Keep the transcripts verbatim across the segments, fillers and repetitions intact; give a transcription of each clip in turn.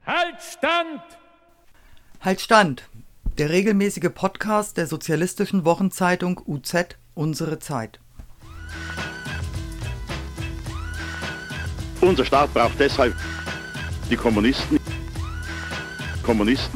Halt Stand! Halt Stand! Der regelmäßige Podcast der sozialistischen Wochenzeitung U Z Unsere Zeit. Unser Staat braucht deshalb die Kommunisten. Kommunisten.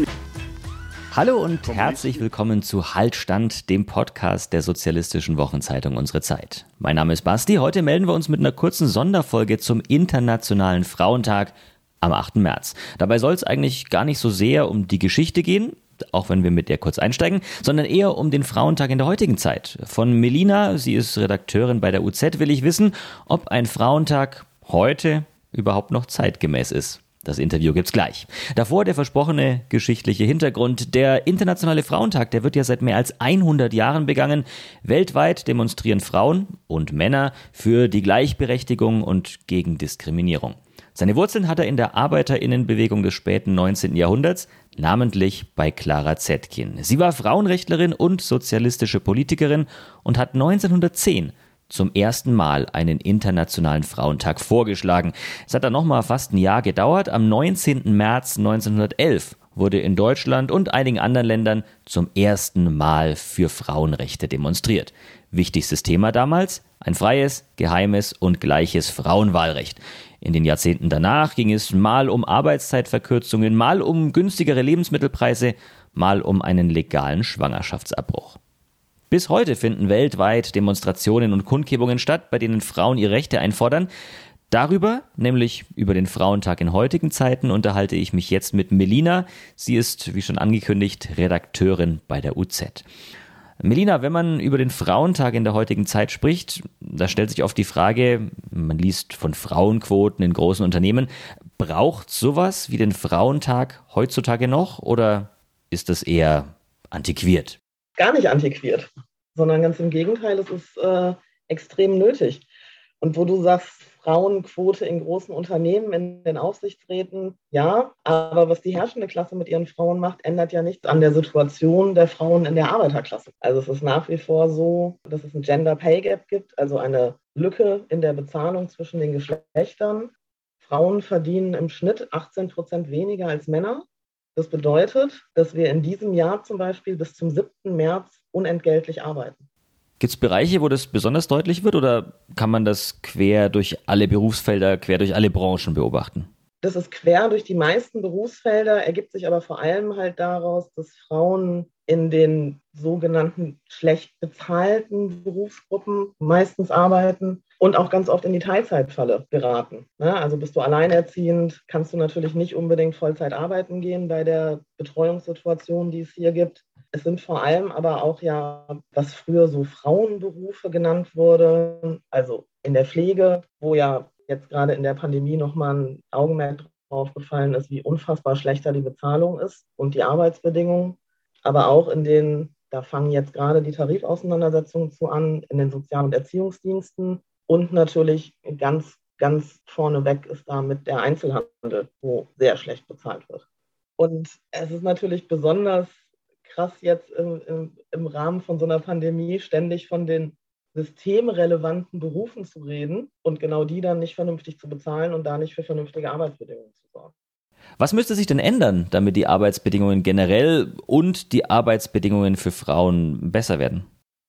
Hallo und herzlich willkommen zu Halt Stand, dem Podcast der sozialistischen Wochenzeitung Unsere Zeit. Mein Name ist Basti. Heute melden wir uns mit einer kurzen Sonderfolge zum Internationalen Frauentag am achten März. Dabei soll es eigentlich gar nicht so sehr um die Geschichte gehen, auch wenn wir mit der kurz einsteigen, sondern eher um den Frauentag in der heutigen Zeit. Von Melina, sie ist Redakteurin bei der U Z, will ich wissen, ob ein Frauentag heute überhaupt noch zeitgemäß ist. Das Interview gibt's gleich. Davor der versprochene geschichtliche Hintergrund. Der Internationale Frauentag, der wird ja seit mehr als hundert Jahren begangen. Weltweit demonstrieren Frauen und Männer für die Gleichberechtigung und gegen Diskriminierung. Seine Wurzeln hat er in der Arbeiterinnenbewegung des späten neunzehnten Jahrhunderts, namentlich bei Clara Zetkin. Sie war Frauenrechtlerin und sozialistische Politikerin und hat neunzehnhundertzehn zum ersten Mal einen internationalen Frauentag vorgeschlagen. Es hat dann nochmal fast ein Jahr gedauert. Am neunzehnten März neunzehnhundertelf wurde in Deutschland und einigen anderen Ländern zum ersten Mal für Frauenrechte demonstriert. Wichtigstes Thema damals: ein freies, geheimes und gleiches Frauenwahlrecht. In den Jahrzehnten danach ging es mal um Arbeitszeitverkürzungen, mal um günstigere Lebensmittelpreise, mal um einen legalen Schwangerschaftsabbruch. Bis heute finden weltweit Demonstrationen und Kundgebungen statt, bei denen Frauen ihre Rechte einfordern. Darüber, nämlich über den Frauentag in heutigen Zeiten, unterhalte ich mich jetzt mit Melina. Sie ist, wie schon angekündigt, Redakteurin bei der U Z. Melina, wenn man über den Frauentag in der heutigen Zeit spricht, da stellt sich oft die Frage, man liest von Frauenquoten in großen Unternehmen, braucht sowas wie den Frauentag heutzutage noch oder ist das eher antiquiert? Gar nicht antiquiert, sondern ganz im Gegenteil, es ist äh, extrem nötig. Und wo du sagst, Frauenquote in großen Unternehmen, in den Aufsichtsräten, ja, aber was die herrschende Klasse mit ihren Frauen macht, ändert ja nichts an der Situation der Frauen in der Arbeiterklasse. Also es ist nach wie vor so, dass es ein Gender Pay Gap gibt, also eine Lücke in der Bezahlung zwischen den Geschlechtern. Frauen verdienen im Schnitt achtzehn Prozent weniger als Männer. Das bedeutet, dass wir in diesem Jahr zum Beispiel bis zum siebten März unentgeltlich arbeiten. Gibt es Bereiche, wo das besonders deutlich wird oder kann man das quer durch alle Berufsfelder, quer durch alle Branchen beobachten? Das ist quer durch die meisten Berufsfelder, ergibt sich aber vor allem halt daraus, dass Frauen in den sogenannten schlecht bezahlten Berufsgruppen meistens arbeiten und auch ganz oft in die Teilzeitfalle geraten. Also bist du alleinerziehend, kannst du natürlich nicht unbedingt Vollzeit arbeiten gehen bei der Betreuungssituation, die es hier gibt. Es sind vor allem aber auch ja, was früher so Frauenberufe genannt wurde, also in der Pflege, wo ja jetzt gerade in der Pandemie nochmal ein Augenmerk drauf gefallen ist, wie unfassbar schlechter die Bezahlung ist und die Arbeitsbedingungen. Aber auch in den, da fangen jetzt gerade die Tarifauseinandersetzungen zu an, in den Sozial- und Erziehungsdiensten. Und natürlich ganz, ganz vorneweg ist da mit der Einzelhandel, wo sehr schlecht bezahlt wird. Und es ist natürlich besonders krass jetzt im, im, im Rahmen von so einer Pandemie ständig von den systemrelevanten Berufen zu reden und genau die dann nicht vernünftig zu bezahlen und da nicht für vernünftige Arbeitsbedingungen zu sorgen. Was müsste sich denn ändern, damit die Arbeitsbedingungen generell und die Arbeitsbedingungen für Frauen besser werden?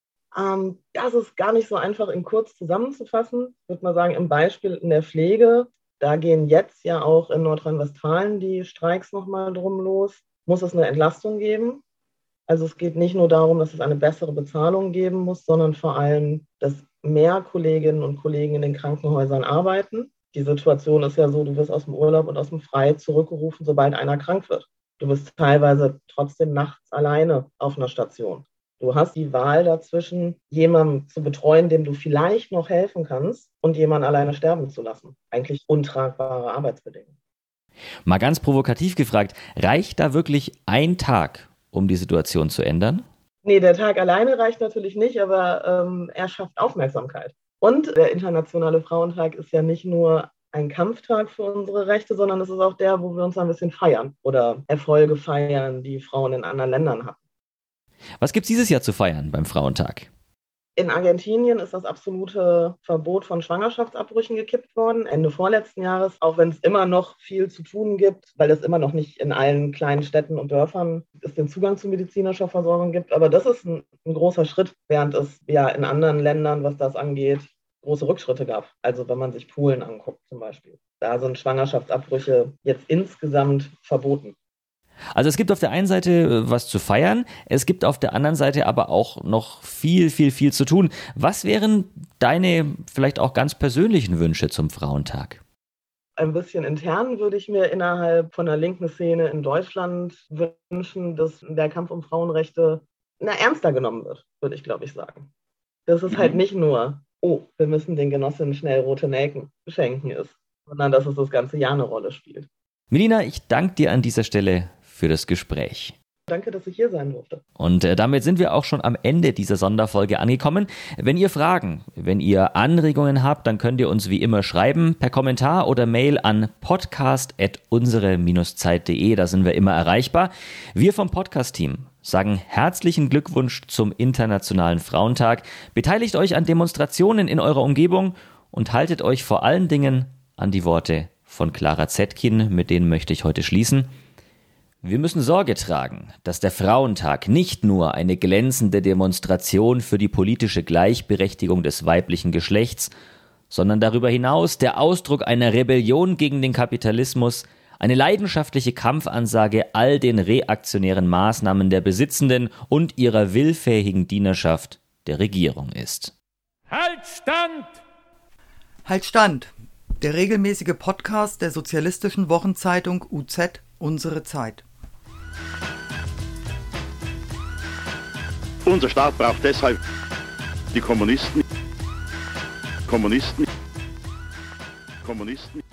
Ähm, das ist gar nicht so einfach in kurz zusammenzufassen. Ich würde mal sagen, im Beispiel in der Pflege, da gehen jetzt ja auch in Nordrhein-Westfalen die Streiks nochmal drum los, muss es eine Entlastung geben. Also es geht nicht nur darum, dass es eine bessere Bezahlung geben muss, sondern vor allem, dass mehr Kolleginnen und Kollegen in den Krankenhäusern arbeiten. Die Situation ist ja so, du wirst aus dem Urlaub und aus dem Frei zurückgerufen, sobald einer krank wird. Du bist teilweise trotzdem nachts alleine auf einer Station. Du hast die Wahl dazwischen, jemanden zu betreuen, dem du vielleicht noch helfen kannst, und jemanden alleine sterben zu lassen. Eigentlich untragbare Arbeitsbedingungen. Mal ganz provokativ gefragt, reicht da wirklich ein Tag, um die Situation zu ändern? Nee, der Tag alleine reicht natürlich nicht, aber ähm, er schafft Aufmerksamkeit. Und der Internationale Frauentag ist ja nicht nur ein Kampftag für unsere Rechte, sondern es ist auch der, wo wir uns ein bisschen feiern oder Erfolge feiern, die Frauen in anderen Ländern hatten. Was gibt es dieses Jahr zu feiern beim Frauentag? In Argentinien ist das absolute Verbot von Schwangerschaftsabbrüchen gekippt worden, Ende vorletzten Jahres, auch wenn es immer noch viel zu tun gibt, weil es immer noch nicht in allen kleinen Städten und Dörfern es den Zugang zu medizinischer Versorgung gibt. Aber das ist ein, ein großer Schritt, während es ja in anderen Ländern, was das angeht, große Rückschritte gab. Also wenn man sich Polen anguckt zum Beispiel. Da sind Schwangerschaftsabbrüche jetzt insgesamt verboten. Also es gibt auf der einen Seite was zu feiern, es gibt auf der anderen Seite aber auch noch viel, viel, viel zu tun. Was wären deine vielleicht auch ganz persönlichen Wünsche zum Frauentag? Ein bisschen intern würde ich mir innerhalb von der linken Szene in Deutschland wünschen, dass der Kampf um Frauenrechte na, ernster genommen wird, würde ich glaube ich sagen. Dass es mhm. halt nicht nur, oh, wir müssen den Genossinnen schnell rote Nelken schenken ist, sondern dass es das ganze Jahr eine Rolle spielt. Melina, ich danke dir an dieser Stelle für das Gespräch. Danke, dass ich hier sein durfte. Und äh, damit sind wir auch schon am Ende dieser Sonderfolge angekommen. Wenn ihr Fragen, wenn ihr Anregungen habt, dann könnt ihr uns wie immer schreiben per Kommentar oder Mail an podcast at unsere Zeit punkt de. Da sind wir immer erreichbar. Wir vom Podcast-Team sagen herzlichen Glückwunsch zum Internationalen Frauentag. Beteiligt euch an Demonstrationen in eurer Umgebung und haltet euch vor allen Dingen an die Worte von Clara Zetkin, mit denen möchte ich heute schließen. Wir müssen Sorge tragen, dass der Frauentag nicht nur eine glänzende Demonstration für die politische Gleichberechtigung des weiblichen Geschlechts, sondern darüber hinaus der Ausdruck einer Rebellion gegen den Kapitalismus, eine leidenschaftliche Kampfansage all den reaktionären Maßnahmen der Besitzenden und ihrer willfähigen Dienerschaft der Regierung ist. Halt Stand! Halt Stand! Der regelmäßige Podcast der sozialistischen Wochenzeitung U Z, Unsere Zeit. Unser Staat braucht deshalb die Kommunisten, Kommunisten, Kommunisten.